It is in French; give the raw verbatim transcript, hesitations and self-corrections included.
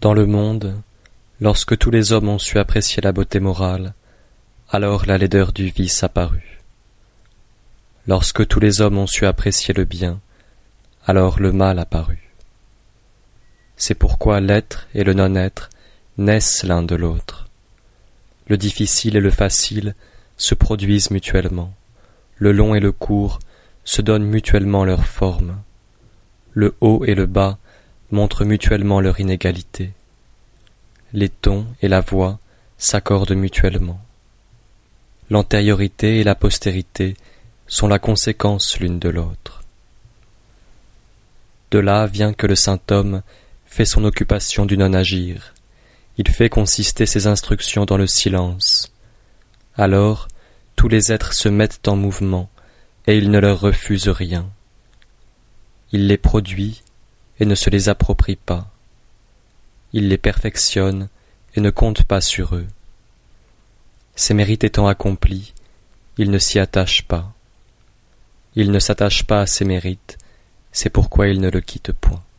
Dans le monde, lorsque tous les hommes ont su apprécier la beauté morale, alors la laideur du vice apparut. Lorsque tous les hommes ont su apprécier le bien, alors le mal apparut. C'est pourquoi l'être et le non-être naissent l'un de l'autre. Le difficile et le facile se produisent mutuellement. Le long et le court se donnent mutuellement leur forme. Le haut et le bas montrent mutuellement leur inégalité. Les tons et la voix s'accordent mutuellement. L'antériorité et la postérité sont la conséquence l'une de l'autre. De là vient que le saint homme fait son occupation du non-agir. Il fait consister ses instructions dans le silence. Alors, tous les êtres se mettent en mouvement, et il ne leur refuse rien. Il les produit et ne se les approprie pas. Il les perfectionne et ne compte pas sur eux. Ses mérites étant accomplis, il ne s'y attache pas. Il ne s'attache pas à ses mérites, c'est pourquoi il ne le quitte point.